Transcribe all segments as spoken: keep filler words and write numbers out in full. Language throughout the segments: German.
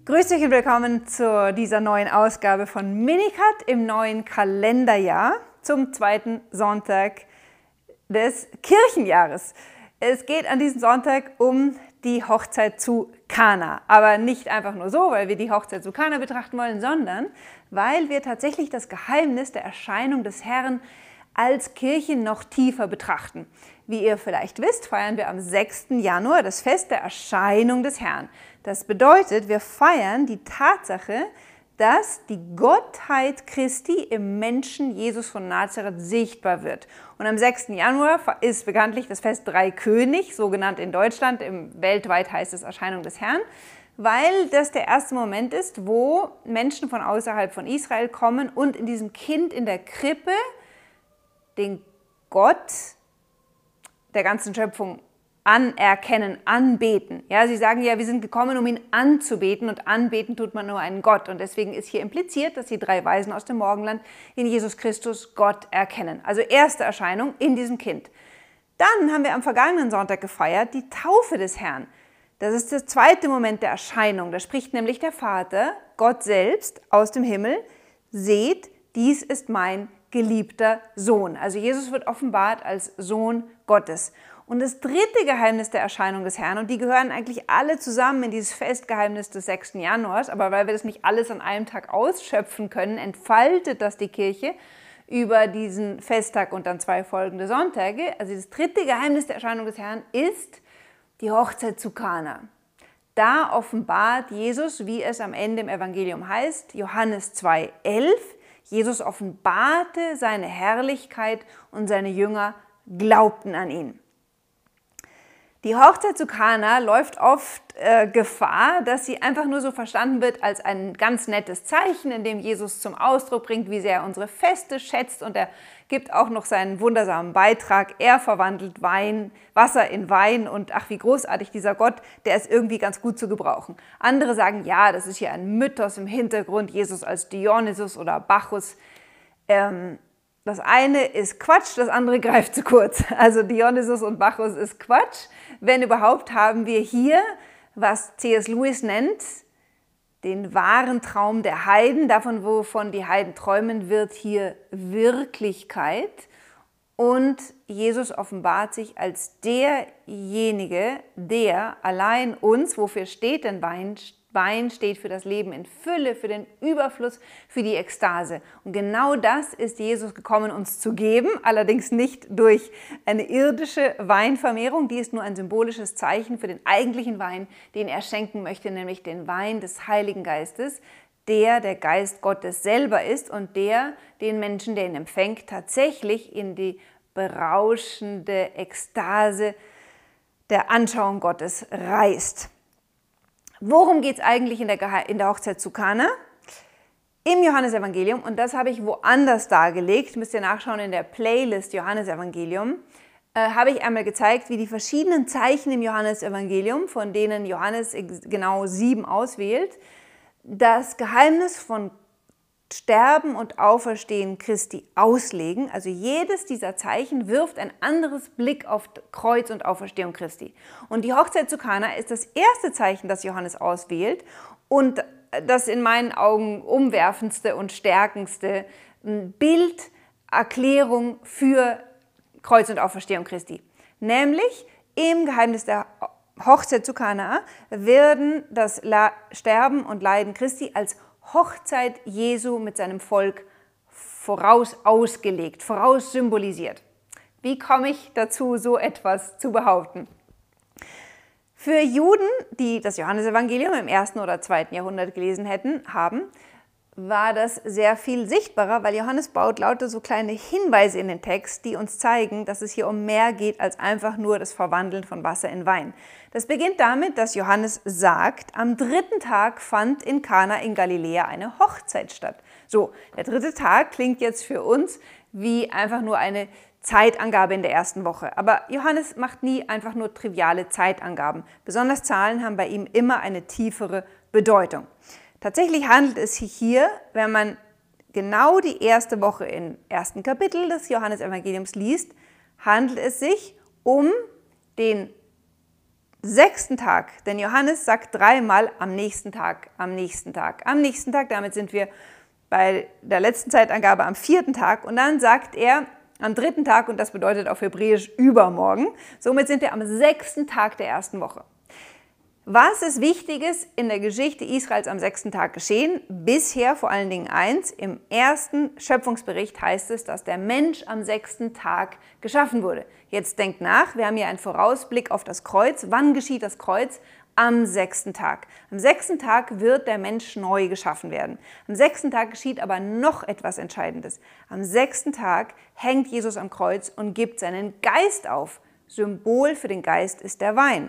Grüß euch und willkommen zu dieser neuen Ausgabe von Minikat im neuen Kalenderjahr zum zweiten Sonntag des Kirchenjahres. Es geht an diesem Sonntag um die Hochzeit zu Kana, aber nicht einfach nur so, weil wir die Hochzeit zu Kana betrachten wollen, sondern weil wir tatsächlich das Geheimnis der Erscheinung des Herrn als Kirche noch tiefer betrachten. Wie ihr vielleicht wisst, feiern wir am sechsten Januar das Fest der Erscheinung des Herrn. Das bedeutet, wir feiern die Tatsache, dass die Gottheit Christi im Menschen Jesus von Nazareth sichtbar wird. Und am sechsten Januar ist bekanntlich das Fest Dreikönig, so genannt in Deutschland, im weltweit heißt es Erscheinung des Herrn, weil das der erste Moment ist, wo Menschen von außerhalb von Israel kommen und in diesem Kind in der Krippe den Gott der ganzen Schöpfung anerkennen, anbeten. Ja, sie sagen ja, wir sind gekommen, um ihn anzubeten, und anbeten tut man nur einen Gott. Und deswegen ist hier impliziert, dass die drei Weisen aus dem Morgenland in Jesus Christus Gott erkennen. Also erste Erscheinung in diesem Kind. Dann haben wir am vergangenen Sonntag gefeiert die Taufe des Herrn. Das ist der zweite Moment der Erscheinung. Da spricht nämlich der Vater, Gott selbst, aus dem Himmel: Seht, dies ist mein geliebter Sohn. Also Jesus wird offenbart als Sohn Gottes. Und das dritte Geheimnis der Erscheinung des Herrn, und die gehören eigentlich alle zusammen in dieses Festgeheimnis des sechsten Januars, aber weil wir das nicht alles an einem Tag ausschöpfen können, entfaltet das die Kirche über diesen Festtag und dann zwei folgende Sonntage. Also das dritte Geheimnis der Erscheinung des Herrn ist die Hochzeit zu Kana. Da offenbart Jesus, wie es am Ende im Evangelium heißt, Johannes zwei elf, Jesus offenbarte seine Herrlichkeit und seine Jünger glaubten an ihn. Die Hochzeit zu Kana läuft oft äh, Gefahr, dass sie einfach nur so verstanden wird als ein ganz nettes Zeichen, in dem Jesus zum Ausdruck bringt, wie sehr er unsere Feste schätzt, und er gibt auch noch seinen wundersamen Beitrag. Er verwandelt Wein, Wasser in Wein, und ach, wie großartig dieser Gott, der ist irgendwie ganz gut zu gebrauchen. Andere sagen, ja, das ist hier ein Mythos im Hintergrund, Jesus als Dionysus oder Bacchus. Ähm, Das eine ist Quatsch, das andere greift zu kurz. Also Dionysus und Bacchus ist Quatsch. Wenn überhaupt, haben wir hier, was C S Lewis nennt, den wahren Traum der Heiden. Davon, wovon die Heiden träumen, wird hier Wirklichkeit. Und Jesus offenbart sich als derjenige, der allein uns, wofür steht denn Wein, Wein steht für das Leben in Fülle, für den Überfluss, für die Ekstase. Und genau das ist Jesus gekommen, uns zu geben, allerdings nicht durch eine irdische Weinvermehrung, die ist nur ein symbolisches Zeichen für den eigentlichen Wein, den er schenken möchte, nämlich den Wein des Heiligen Geistes, der der Geist Gottes selber ist und der den Menschen, der ihn empfängt, tatsächlich in die berauschende Ekstase der Anschauung Gottes reißt. Worum geht es eigentlich in der, in der Hochzeit zu Kana? Im Johannesevangelium, und das habe ich woanders dargelegt, müsst ihr nachschauen in der Playlist Johannesevangelium, äh, habe ich einmal gezeigt, wie die verschiedenen Zeichen im Johannesevangelium, von denen Johannes genau sieben auswählt, das Geheimnis von Sterben und Auferstehen Christi auslegen. Also jedes dieser Zeichen wirft ein anderes Blick auf Kreuz und Auferstehung Christi. Und die Hochzeit zu Kana ist das erste Zeichen, das Johannes auswählt und das in meinen Augen umwerfendste und stärkendste Bilderklärung für Kreuz und Auferstehung Christi. Nämlich im Geheimnis der Hochzeit zu Kana werden das Sterben und Leiden Christi als Hochzeit Jesu mit seinem Volk voraus ausgelegt, voraus symbolisiert. Wie komme ich dazu, so etwas zu behaupten? Für Juden, die das Johannesevangelium im ersten oder zweiten Jahrhundert gelesen hätten, haben, war das sehr viel sichtbarer, weil Johannes baut lauter so kleine Hinweise in den Text, die uns zeigen, dass es hier um mehr geht als einfach nur das Verwandeln von Wasser in Wein. Das beginnt damit, dass Johannes sagt, am dritten Tag fand in Kana in Galiläa eine Hochzeit statt. So, der dritte Tag klingt jetzt für uns wie einfach nur eine Zeitangabe in der ersten Woche. Aber Johannes macht nie einfach nur triviale Zeitangaben. Besonders Zahlen haben bei ihm immer eine tiefere Bedeutung. Tatsächlich handelt es sich hier, wenn man genau die erste Woche im ersten Kapitel des Johannesevangeliums liest, handelt es sich um den sechsten Tag, denn Johannes sagt dreimal am nächsten Tag, am nächsten Tag, am nächsten Tag, damit sind wir bei der letzten Zeitangabe am vierten Tag und dann sagt er am dritten Tag und das bedeutet auf Hebräisch übermorgen, somit sind wir am sechsten Tag der ersten Woche. Was ist Wichtiges in der Geschichte Israels am sechsten Tag geschehen? Bisher vor allen Dingen eins, im ersten Schöpfungsbericht heißt es, dass der Mensch am sechsten Tag geschaffen wurde. Jetzt denkt nach, wir haben hier einen Vorausblick auf das Kreuz. Wann geschieht das Kreuz? Am sechsten Tag. Am sechsten Tag wird der Mensch neu geschaffen werden. Am sechsten Tag geschieht aber noch etwas Entscheidendes. Am sechsten Tag hängt Jesus am Kreuz und gibt seinen Geist auf. Symbol für den Geist ist der Wein.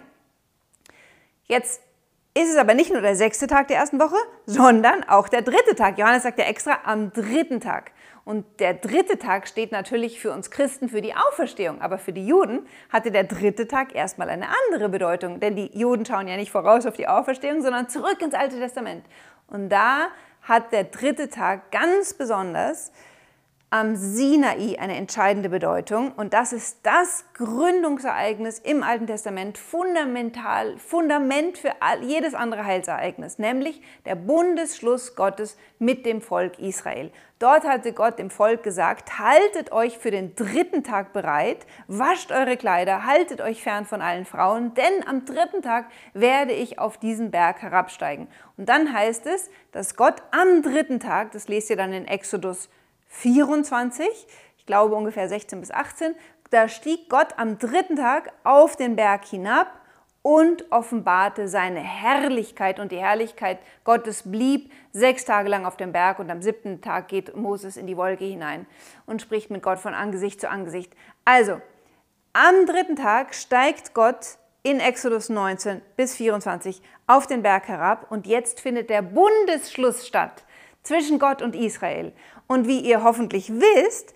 Jetzt ist es aber nicht nur der sechste Tag der ersten Woche, sondern auch der dritte Tag. Johannes sagt ja extra am dritten Tag. Und der dritte Tag steht natürlich für uns Christen für die Auferstehung. Aber für die Juden hatte der dritte Tag erstmal eine andere Bedeutung. Denn die Juden schauen ja nicht voraus auf die Auferstehung, sondern zurück ins Alte Testament. Und da hat der dritte Tag ganz besonders am Sinai eine entscheidende Bedeutung und das ist das Gründungsereignis im Alten Testament, fundamental, Fundament für all, jedes andere Heilsereignis, nämlich der Bundesschluss Gottes mit dem Volk Israel. Dort hatte Gott dem Volk gesagt, haltet euch für den dritten Tag bereit, wascht eure Kleider, haltet euch fern von allen Frauen, denn am dritten Tag werde ich auf diesen Berg herabsteigen. Und dann heißt es, dass Gott am dritten Tag, das lest ihr dann in Exodus vierundzwanzig, ich glaube ungefähr sechzehn bis achtzehn, da stieg Gott am dritten Tag auf den Berg hinab und offenbarte seine Herrlichkeit. Und die Herrlichkeit Gottes blieb sechs Tage lang auf dem Berg und am siebten Tag geht Moses in die Wolke hinein und spricht mit Gott von Angesicht zu Angesicht. Also, am dritten Tag steigt Gott in Exodus neunzehn bis vierundzwanzig auf den Berg herab und jetzt findet der Bundesschluss statt zwischen Gott und Israel. Und wie ihr hoffentlich wisst,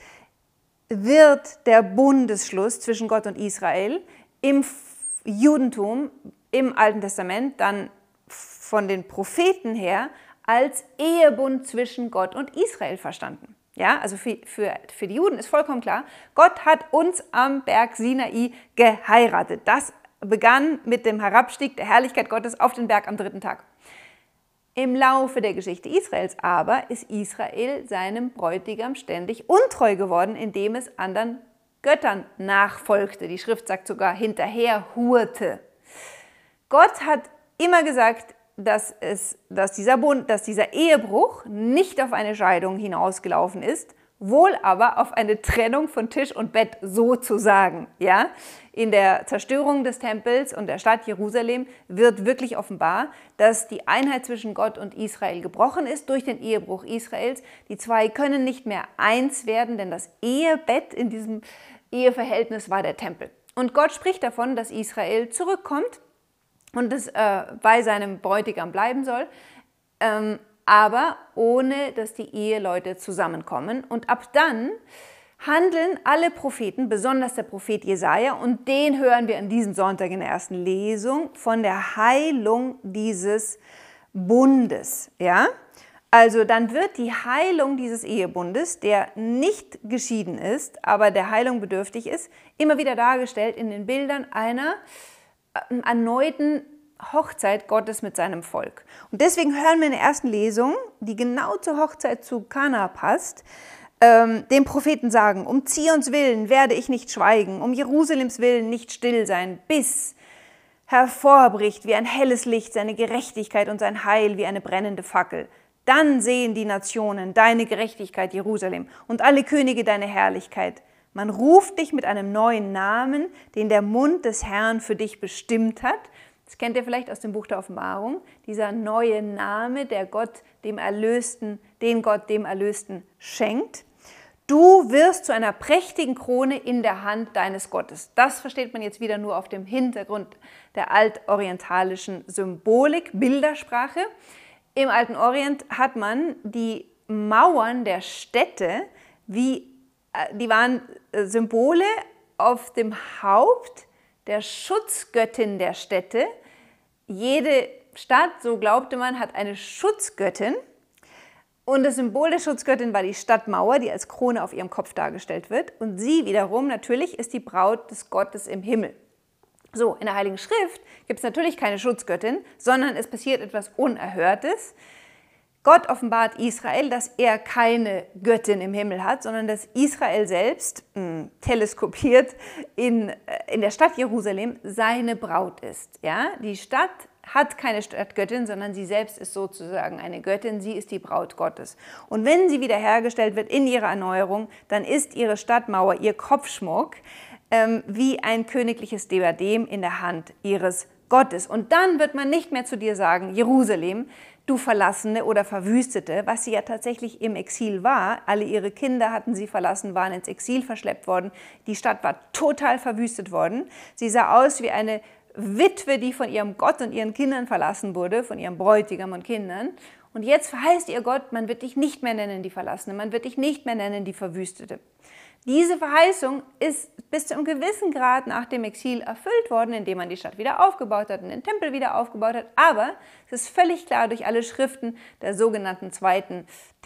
wird der Bundesschluss zwischen Gott und Israel im Judentum, im Alten Testament, dann von den Propheten her, als Ehebund zwischen Gott und Israel verstanden. Ja, also für, für, für die Juden ist vollkommen klar, Gott hat uns am Berg Sinai geheiratet. Das begann mit dem Herabstieg der Herrlichkeit Gottes auf den Berg am dritten Tag. Im Laufe der Geschichte Israels aber ist Israel seinem Bräutigam ständig untreu geworden, indem es anderen Göttern nachfolgte. Die Schrift sagt sogar hinterher hurte. Gott hat immer gesagt, dass, es, dass, dieser Bund, dass dieser Ehebruch nicht auf eine Scheidung hinausgelaufen ist, wohl aber auf eine Trennung von Tisch und Bett sozusagen. Ja? In der Zerstörung des Tempels und der Stadt Jerusalem wird wirklich offenbar, dass die Einheit zwischen Gott und Israel gebrochen ist durch den Ehebruch Israels. Die zwei können nicht mehr eins werden, denn das Ehebett in diesem Eheverhältnis war der Tempel. Und Gott spricht davon, dass Israel zurückkommt und es äh, bei seinem Bräutigam bleiben soll. Ähm, aber ohne, dass die Eheleute zusammenkommen. Und ab dann handeln alle Propheten, besonders der Prophet Jesaja, und den hören wir an diesem Sonntag in der ersten Lesung, von der Heilung dieses Bundes. Ja? Also dann wird die Heilung dieses Ehebundes, der nicht geschieden ist, aber der Heilung bedürftig ist, immer wieder dargestellt in den Bildern einer erneuten Hochzeit Gottes mit seinem Volk. Und deswegen hören wir in der ersten Lesung, die genau zur Hochzeit zu Kana passt, ähm, dem Propheten sagen, um Zions Willen werde ich nicht schweigen, um Jerusalems Willen nicht still sein, bis hervorbricht wie ein helles Licht seine Gerechtigkeit und sein Heil wie eine brennende Fackel. Dann sehen die Nationen deine Gerechtigkeit, Jerusalem, und alle Könige deine Herrlichkeit. Man ruft dich mit einem neuen Namen, den der Mund des Herrn für dich bestimmt hat. Das kennt ihr vielleicht aus dem Buch der Offenbarung, dieser neue Name, der Gott dem Erlösten, den Gott dem Erlösten schenkt. Du wirst zu einer prächtigen Krone in der Hand deines Gottes. Das versteht man jetzt wieder nur auf dem Hintergrund der altorientalischen Symbolik, Bildersprache. Im Alten Orient hat man die Mauern der Städte, wie, die waren Symbole auf dem Haupt der Schutzgöttin der Städte. Jede Stadt, so glaubte man, hat eine Schutzgöttin. Und das Symbol der Schutzgöttin war die Stadtmauer, die als Krone auf ihrem Kopf dargestellt wird. Und sie wiederum natürlich ist die Braut des Gottes im Himmel. So, in der Heiligen Schrift gibt es natürlich keine Schutzgöttin, sondern es passiert etwas Unerhörtes. Gott offenbart Israel, dass er keine Göttin im Himmel hat, sondern dass Israel selbst, mh, teleskopiert in, in der Stadt Jerusalem, seine Braut ist. Ja? Die Stadt hat keine Stadtgöttin, sondern sie selbst ist sozusagen eine Göttin, sie ist die Braut Gottes. Und wenn sie wiederhergestellt wird in ihrer Erneuerung, dann ist ihre Stadtmauer, ihr Kopfschmuck, ähm, wie ein königliches Diadem in der Hand ihres Gottes. Und dann wird man nicht mehr zu dir sagen, Jerusalem, du Verlassene oder Verwüstete, was sie ja tatsächlich im Exil war. Alle ihre Kinder hatten sie verlassen, waren ins Exil verschleppt worden. Die Stadt war total verwüstet worden. Sie sah aus wie eine Witwe, die von ihrem Gott und ihren Kindern verlassen wurde, von ihrem Bräutigam und Kindern. Und jetzt verheißt ihr Gott, man wird dich nicht mehr nennen die Verlassene, man wird dich nicht mehr nennen die Verwüstete. Diese Verheißung ist bis zu einem gewissen Grad nach dem Exil erfüllt worden, indem man die Stadt wieder aufgebaut hat und den Tempel wieder aufgebaut hat. Aber es ist völlig klar durch alle Schriften der sogenannten zweiten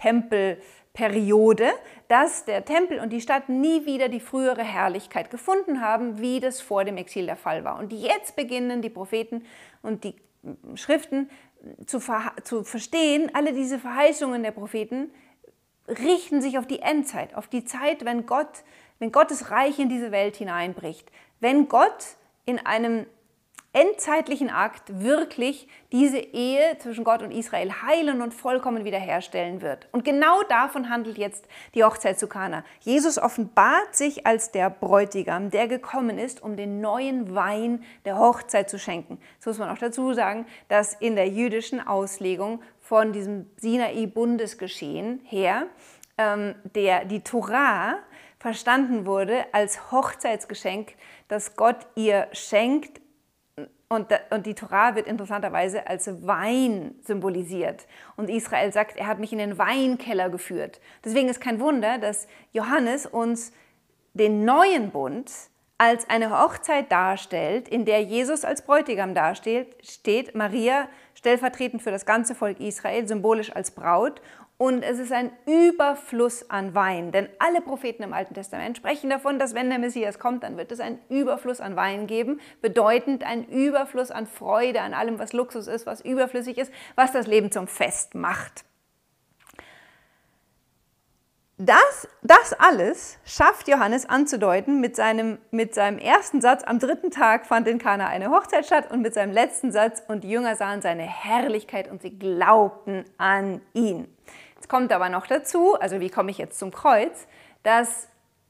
Tempelperiode, dass der Tempel und die Stadt nie wieder die frühere Herrlichkeit gefunden haben, wie das vor dem Exil der Fall war. Und jetzt beginnen die Propheten und die Schriften zu, ver zu verstehen, alle diese Verheißungen der Propheten richten sich auf die Endzeit, auf die Zeit, wenn Gott, wenn Gottes Reich in diese Welt hineinbricht. Wenn Gott in einem endzeitlichen Akt wirklich diese Ehe zwischen Gott und Israel heilen und vollkommen wiederherstellen wird. Und genau davon handelt jetzt die Hochzeit zu Kana. Jesus offenbart sich als der Bräutigam, der gekommen ist, um den neuen Wein der Hochzeit zu schenken. Das muss man auch dazu sagen, dass in der jüdischen Auslegung von diesem Sinai-Bundesgeschehen her ähm, der, die Torah verstanden wurde als Hochzeitsgeschenk, das Gott ihr schenkt. Und, und die Torah wird interessanterweise als Wein symbolisiert. Und Israel sagt, er hat mich in den Weinkeller geführt. Deswegen ist kein Wunder, dass Johannes uns den neuen Bund als eine Hochzeit darstellt, in der Jesus als Bräutigam dasteht, steht, Maria stellvertretend für das ganze Volk Israel, symbolisch als Braut. Und es ist ein Überfluss an Wein, denn alle Propheten im Alten Testament sprechen davon, dass wenn der Messias kommt, dann wird es einen Überfluss an Wein geben, bedeutend einen Überfluss an Freude, an allem, was Luxus ist, was überflüssig ist, was das Leben zum Fest macht. Das, das alles schafft Johannes anzudeuten mit seinem, mit seinem ersten Satz, am dritten Tag fand in Kana eine Hochzeit statt, und mit seinem letzten Satz, und die Jünger sahen seine Herrlichkeit und sie glaubten an ihn. Jetzt kommt aber noch dazu, also wie komme ich jetzt zum Kreuz, dass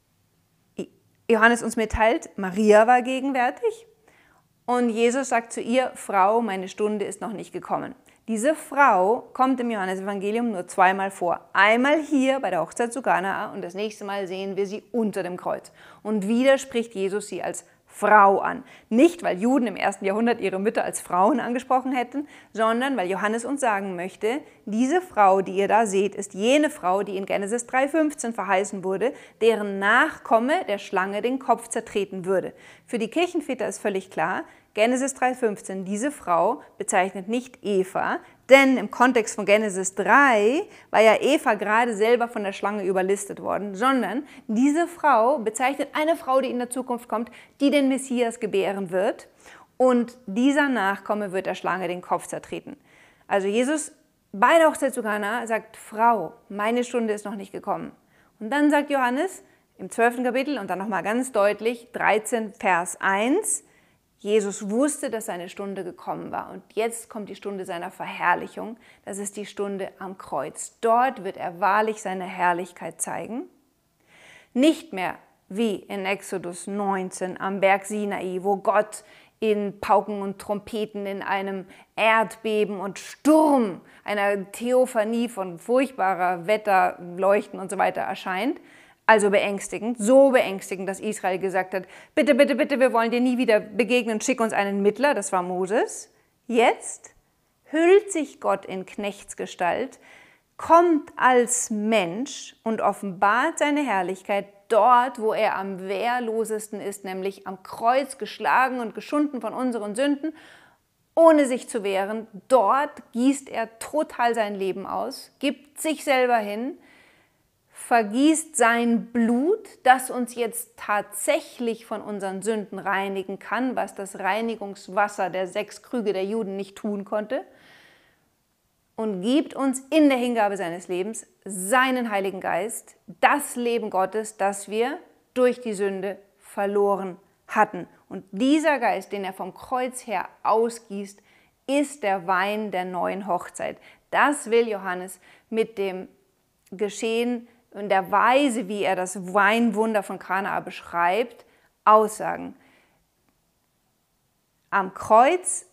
Johannes uns mitteilt, Maria war gegenwärtig und Jesus sagt zu ihr, Frau, meine Stunde ist noch nicht gekommen. Diese Frau kommt im Johannesevangelium nur zweimal vor. Einmal hier bei der Hochzeit zu Kana und das nächste Mal sehen wir sie unter dem Kreuz. Und wieder spricht Jesus sie als Frau an. Nicht, weil Juden im ersten Jahrhundert ihre Mütter als Frauen angesprochen hätten, sondern weil Johannes uns sagen möchte, diese Frau, die ihr da seht, ist jene Frau, die in Genesis drei fünfzehn verheißen wurde, deren Nachkomme der Schlange den Kopf zertreten würde. Für die Kirchenväter ist völlig klar, Genesis drei fünfzehn, diese Frau bezeichnet nicht Eva, denn im Kontext von Genesis drei war ja Eva gerade selber von der Schlange überlistet worden, sondern diese Frau bezeichnet eine Frau, die in der Zukunft kommt, die den Messias gebären wird, und dieser Nachkomme wird der Schlange den Kopf zertreten. Also Jesus bei der Hochzeit zu Kana sagt, Frau, meine Stunde ist noch nicht gekommen. Und dann sagt Johannes im zwölften Kapitel und dann nochmal ganz deutlich, dreizehn Vers eins, Jesus wusste, dass seine Stunde gekommen war, und jetzt kommt die Stunde seiner Verherrlichung. Das ist die Stunde am Kreuz. Dort wird er wahrlich seine Herrlichkeit zeigen. Nicht mehr wie in Exodus neunzehn am Berg Sinai, wo Gott in Pauken und Trompeten, in einem Erdbeben und Sturm, einer Theophanie von furchtbarer Wetter, Leuchten und so weiter erscheint. Also beängstigend, so beängstigend, dass Israel gesagt hat, bitte, bitte, bitte, wir wollen dir nie wieder begegnen, schick uns einen Mittler, das war Moses. Jetzt hüllt sich Gott in Knechtsgestalt, kommt als Mensch und offenbart seine Herrlichkeit dort, wo er am wehrlosesten ist, nämlich am Kreuz, geschlagen und geschunden von unseren Sünden, ohne sich zu wehren. Dort gießt er total sein Leben aus, gibt sich selber hin, vergießt sein Blut, das uns jetzt tatsächlich von unseren Sünden reinigen kann, was das Reinigungswasser der sechs Krüge der Juden nicht tun konnte, und gibt uns in der Hingabe seines Lebens seinen Heiligen Geist, das Leben Gottes, das wir durch die Sünde verloren hatten. Und dieser Geist, den er vom Kreuz her ausgießt, ist der Wein der neuen Hochzeit. Das will Johannes mit dem Geschehen und der Weise, wie er das Weinwunder von Kanaa beschreibt, aussagen. Am Kreuz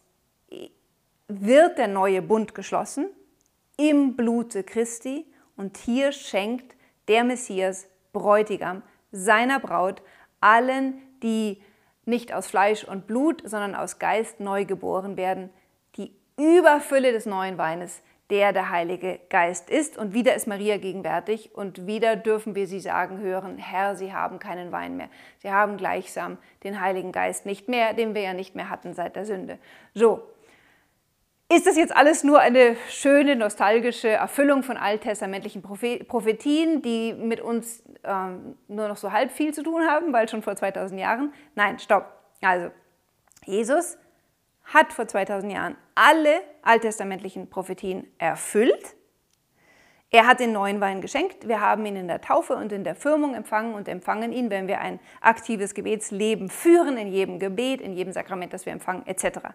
wird der neue Bund geschlossen im Blute Christi und hier schenkt der Messias, Bräutigam, seiner Braut, allen, die nicht aus Fleisch und Blut, sondern aus Geist neu geboren werden, die Überfülle des neuen Weines, der der Heilige Geist ist. Und wieder ist Maria gegenwärtig und wieder dürfen wir sie sagen hören, Herr, Sie haben keinen Wein mehr. Sie haben gleichsam den Heiligen Geist nicht mehr, den wir ja nicht mehr hatten seit der Sünde. So, ist das jetzt alles nur eine schöne, nostalgische Erfüllung von alttestamentlichen Prophetien, die mit uns ähm, nur noch so halb viel zu tun haben, weil schon vor zweitausend Jahren? Nein, stopp. Also, Jesus hat vor zweitausend Jahren alle alttestamentlichen Prophetien erfüllt. Er hat den neuen Wein geschenkt. Wir haben ihn in der Taufe und in der Firmung empfangen und empfangen ihn, wenn wir ein aktives Gebetsleben führen, in jedem Gebet, in jedem Sakrament, das wir empfangen, et cetera.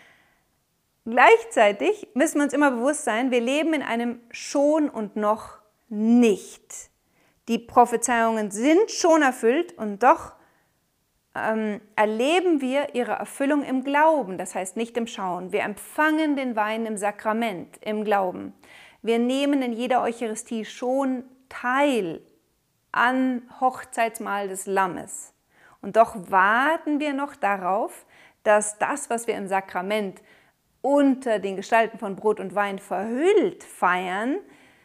Gleichzeitig müssen wir uns immer bewusst sein, wir leben in einem Schon und noch nicht. Die Prophezeiungen sind schon erfüllt und doch ähm, erleben wir ihre Erfüllung im Glauben, das heißt nicht im Schauen. Wir empfangen den Wein im Sakrament, im Glauben. Wir nehmen in jeder Eucharistie schon teil an Hochzeitsmahl des Lammes. Und doch warten wir noch darauf, dass das, was wir im Sakrament unter den Gestalten von Brot und Wein verhüllt feiern,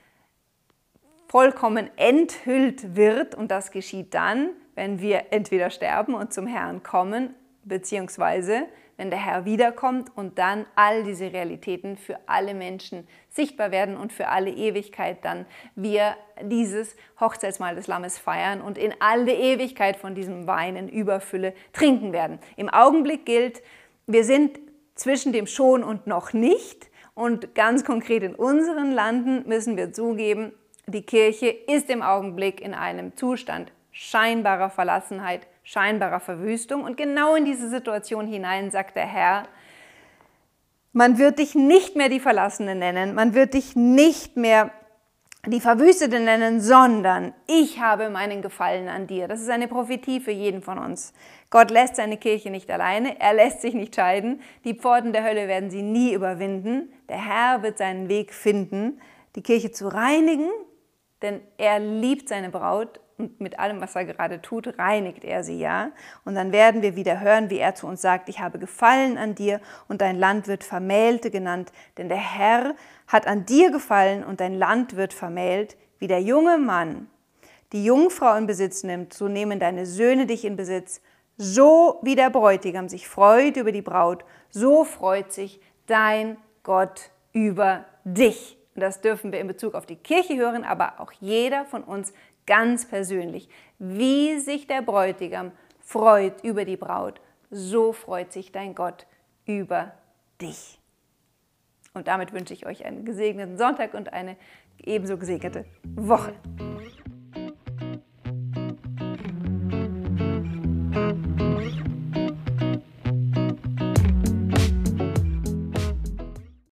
vollkommen enthüllt wird. Und das geschieht dann, wenn wir entweder sterben und zum Herrn kommen, beziehungsweise wenn der Herr wiederkommt und dann all diese Realitäten für alle Menschen sichtbar werden und für alle Ewigkeit dann wir dieses Hochzeitsmahl des Lammes feiern und in alle Ewigkeit von diesem Wein in Überfülle trinken werden. Im Augenblick gilt, wir sind zwischen dem Schon und noch nicht und ganz konkret in unseren Landen müssen wir zugeben, die Kirche ist im Augenblick in einem Zustand scheinbarer Verlassenheit, scheinbarer Verwüstung und genau in diese Situation hinein sagt der Herr, man wird dich nicht mehr die Verlassene nennen, man wird dich nicht mehr die Verwüstete nennen, sondern ich habe meinen Gefallen an dir. Das ist eine Prophetie für jeden von uns. Gott lässt seine Kirche nicht alleine, er lässt sich nicht scheiden, die Pforten der Hölle werden sie nie überwinden. Der Herr wird seinen Weg finden, die Kirche zu reinigen, denn er liebt seine Braut und mit allem, was er gerade tut, reinigt er sie, ja. Und dann werden wir wieder hören, wie er zu uns sagt, ich habe Gefallen an dir und dein Land wird Vermählte genannt, denn der Herr hat an dir gefallen und dein Land wird vermählt, wie der junge Mann die Jungfrau in Besitz nimmt, so nehmen deine Söhne dich in Besitz, so wie der Bräutigam sich freut über die Braut, so freut sich dein Gott über dich. Und das dürfen wir in Bezug auf die Kirche hören, aber auch jeder von uns ganz persönlich. Wie sich der Bräutigam freut über die Braut, so freut sich dein Gott über dich. Und damit wünsche ich euch einen gesegneten Sonntag und eine ebenso gesegnete Woche.